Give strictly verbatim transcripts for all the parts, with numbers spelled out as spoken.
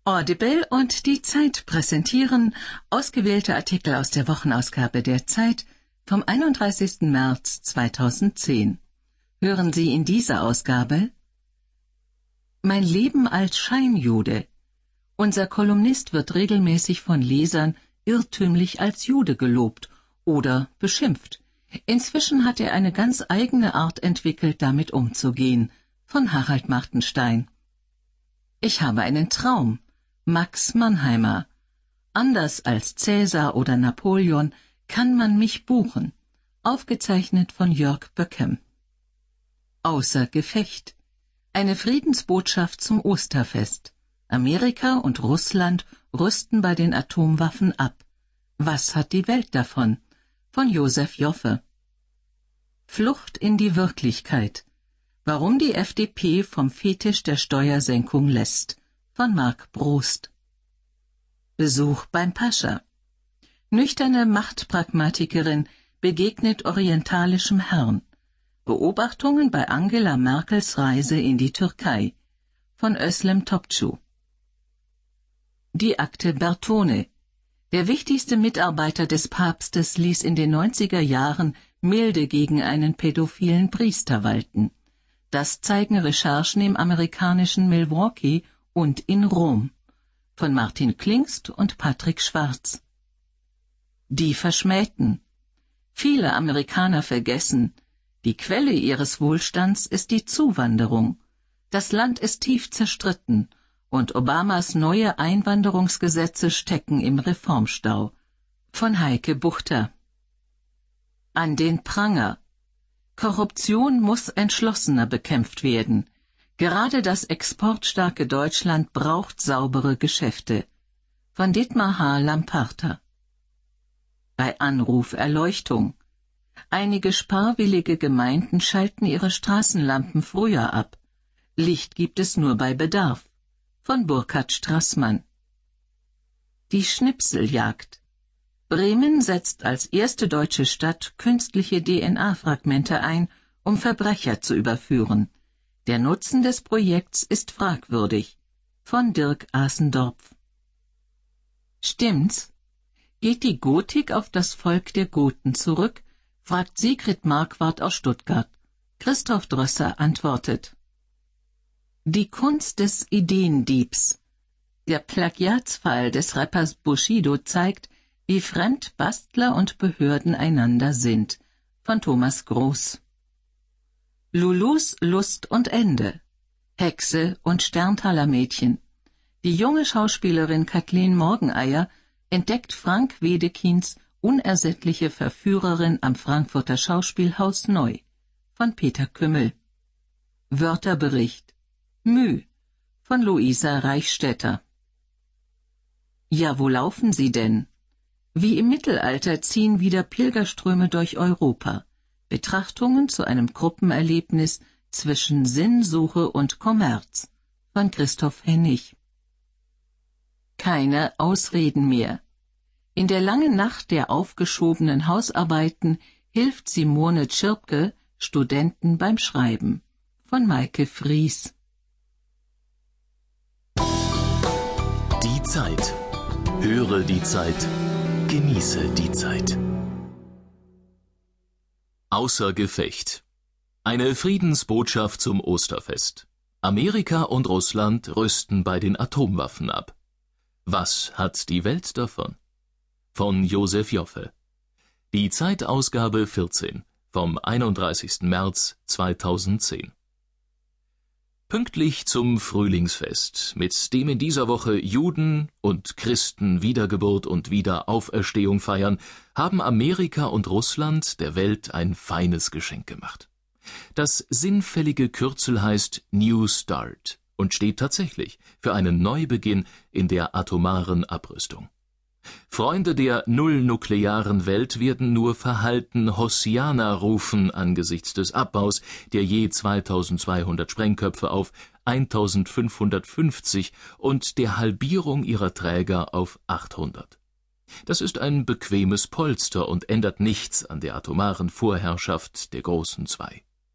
Audible und die Zeit präsentieren ausgewählte Artikel aus der Wochenausgabe der Zeit vom einunddreißigsten März zweitausendzehn. Hören Sie in dieser Ausgabe: Mein Leben als Scheinjude. Unser Kolumnist wird regelmäßig von Lesern irrtümlich als Jude gelobt oder beschimpft. Inzwischen hat er eine ganz eigene Art entwickelt, damit umzugehen. Von Harald Martenstein. Ich habe einen Traum. Max Mannheimer. Anders als Cäsar oder Napoleon kann man mich buchen. Aufgezeichnet von Jörg Böckem. Außer Gefecht. Eine Friedensbotschaft zum Osterfest. Amerika und Russland rüsten bei den Atomwaffen ab. Was hat die Welt davon? Von Josef Joffe. Flucht in die Wirklichkeit. Warum die F D P vom Fetisch der Steuersenkung lässt. Von Marc Brost. Besuch beim Pascha. Nüchterne Machtpragmatikerin begegnet orientalischem Herrn. Beobachtungen bei Angela Merkels Reise in die Türkei. Von Özlem Topçu. Die Akte Bertone. Der wichtigste Mitarbeiter des Papstes ließ in den neunziger Jahren milde gegen einen pädophilen Priester walten. Das zeigen Recherchen im amerikanischen Milwaukee und in Rom. Von Martin Klingst und Patrick Schwarz. Die Verschmähten. Viele Amerikaner vergessen, die Quelle ihres Wohlstands ist die Zuwanderung. Das Land ist tief zerstritten und Obamas neue Einwanderungsgesetze stecken im Reformstau. Von Heike Buchter. An den Pranger. Korruption muss entschlossener bekämpft werden. Gerade das exportstarke Deutschland braucht saubere Geschäfte. Von Dietmar H. Lamparter. Bei Anruf Erleuchtung. Einige sparwillige Gemeinden schalten ihre Straßenlampen früher ab. Licht gibt es nur bei Bedarf. Von Burkhard Straßmann. Die Schnipseljagd. Bremen setzt als erste deutsche Stadt künstliche D N A-Fragmente ein, um Verbrecher zu überführen. Der Nutzen des Projekts ist fragwürdig. Von Dirk Asendorf. Stimmt's? Geht die Gotik auf das Volk der Goten zurück? Fragt Sigrid Marquardt aus Stuttgart. Christoph Drösser antwortet. Die Kunst des Ideendiebs. Der Plagiatsfall des Rappers Bushido zeigt, wie fremd Bastler und Behörden einander sind. Von Thomas Groß. Lulus Lust und Ende. Hexe und Sterntaler-Mädchen. Die junge Schauspielerin Kathleen Morgeneier entdeckt Frank Wedekins unersättliche Verführerin am Frankfurter Schauspielhaus neu. Von Peter Kümmel. Wörterbericht. Müh. Von Luisa Reichstätter. Ja, wo laufen Sie denn? Wie im Mittelalter ziehen wieder Pilgerströme durch Europa. Betrachtungen zu einem Gruppenerlebnis zwischen Sinnsuche und Kommerz. Von Christoph Hennig. Keine Ausreden mehr. In der langen Nacht der aufgeschobenen Hausarbeiten hilft Simone Tschirpke Studenten beim Schreiben. Von Maike Fries. Die Zeit. Höre die Zeit. Genieße die Zeit. Außer Gefecht. Eine Friedensbotschaft zum Osterfest. Amerika und Russland rüsten bei den Atomwaffen ab. Was hat die Welt davon? Von Josef Joffe. Die Zeitausgabe vierzehn vom einunddreißigsten März zweitausendzehn. Pünktlich zum Frühlingsfest, mit dem in dieser Woche Juden und Christen Wiedergeburt und Wiederauferstehung feiern, haben Amerika und Russland der Welt ein feines Geschenk gemacht. Das sinnfällige Kürzel heißt New Start und steht tatsächlich für einen Neubeginn in der atomaren Abrüstung. Freunde der nullnuklearen Welt werden nur verhalten Hosiana rufen angesichts des Abbaus der je zweitausendzweihundert Sprengköpfe auf eintausendfünfhundertfünfzig und der Halbierung ihrer Träger auf achthundert. Das ist ein bequemes Polster und ändert nichts an der atomaren Vorherrschaft der großen Zwei.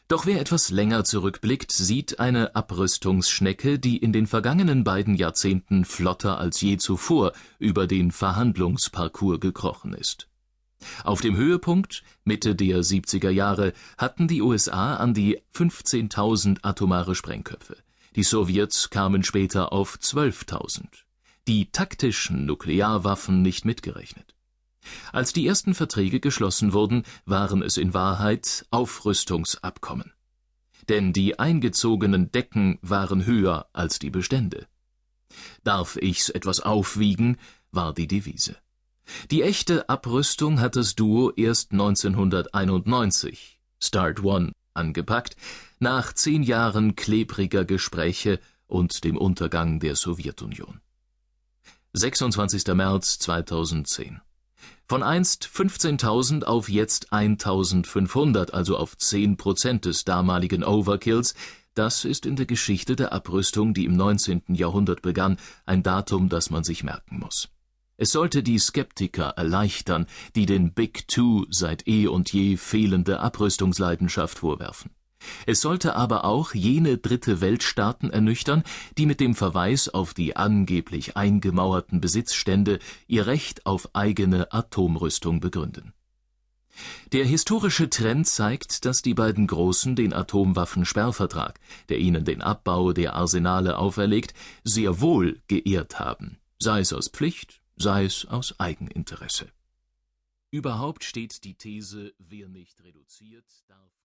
Doch wer etwas länger zurückblickt, sieht eine Abrüstungsschnecke, die in den vergangenen beiden Jahrzehnten flotter als je zuvor über den Verhandlungsparcours gekrochen ist. Auf dem Höhepunkt, Mitte der siebziger Jahre, hatten die U S A an die fünfzehntausend atomare Sprengköpfe. Die Sowjets kamen später auf zwölftausend. Die taktischen Nuklearwaffen nicht mitgerechnet. Als die ersten Verträge geschlossen wurden, waren es in Wahrheit Aufrüstungsabkommen. Denn die eingezogenen Decken waren höher als die Bestände. »Darf ich's etwas aufwiegen?« war die Devise. Die echte Abrüstung hat das Duo erst neunzehnhunderteinundneunzig, Start One, angepackt, nach zehn Jahren klebriger Gespräche und dem Untergang der Sowjetunion. sechsundzwanzigster März zweitausendzehn. Von einst fünfzehntausend auf jetzt eintausendfünfhundert, also auf zehn Prozent des damaligen Overkills, das ist in der Geschichte der Abrüstung, die im neunzehnten Jahrhundert begann, ein Datum, das man sich merken muss. Es sollte die Skeptiker erleichtern, die den Big Two seit eh und je fehlende Abrüstungsleidenschaft vorwerfen. Es sollte aber auch jene Dritte-Welt-Staaten ernüchtern, die mit dem Verweis auf die angeblich eingemauerten Besitzstände ihr Recht auf eigene Atomrüstung begründen. Der historische Trend zeigt, dass die beiden Großen den Atomwaffensperrvertrag, der ihnen den Abbau der Arsenale auferlegt, sehr wohl geehrt haben, sei es aus Pflicht, sei es aus Eigeninteresse. Überhaupt steht die These, wer nicht reduziert, darf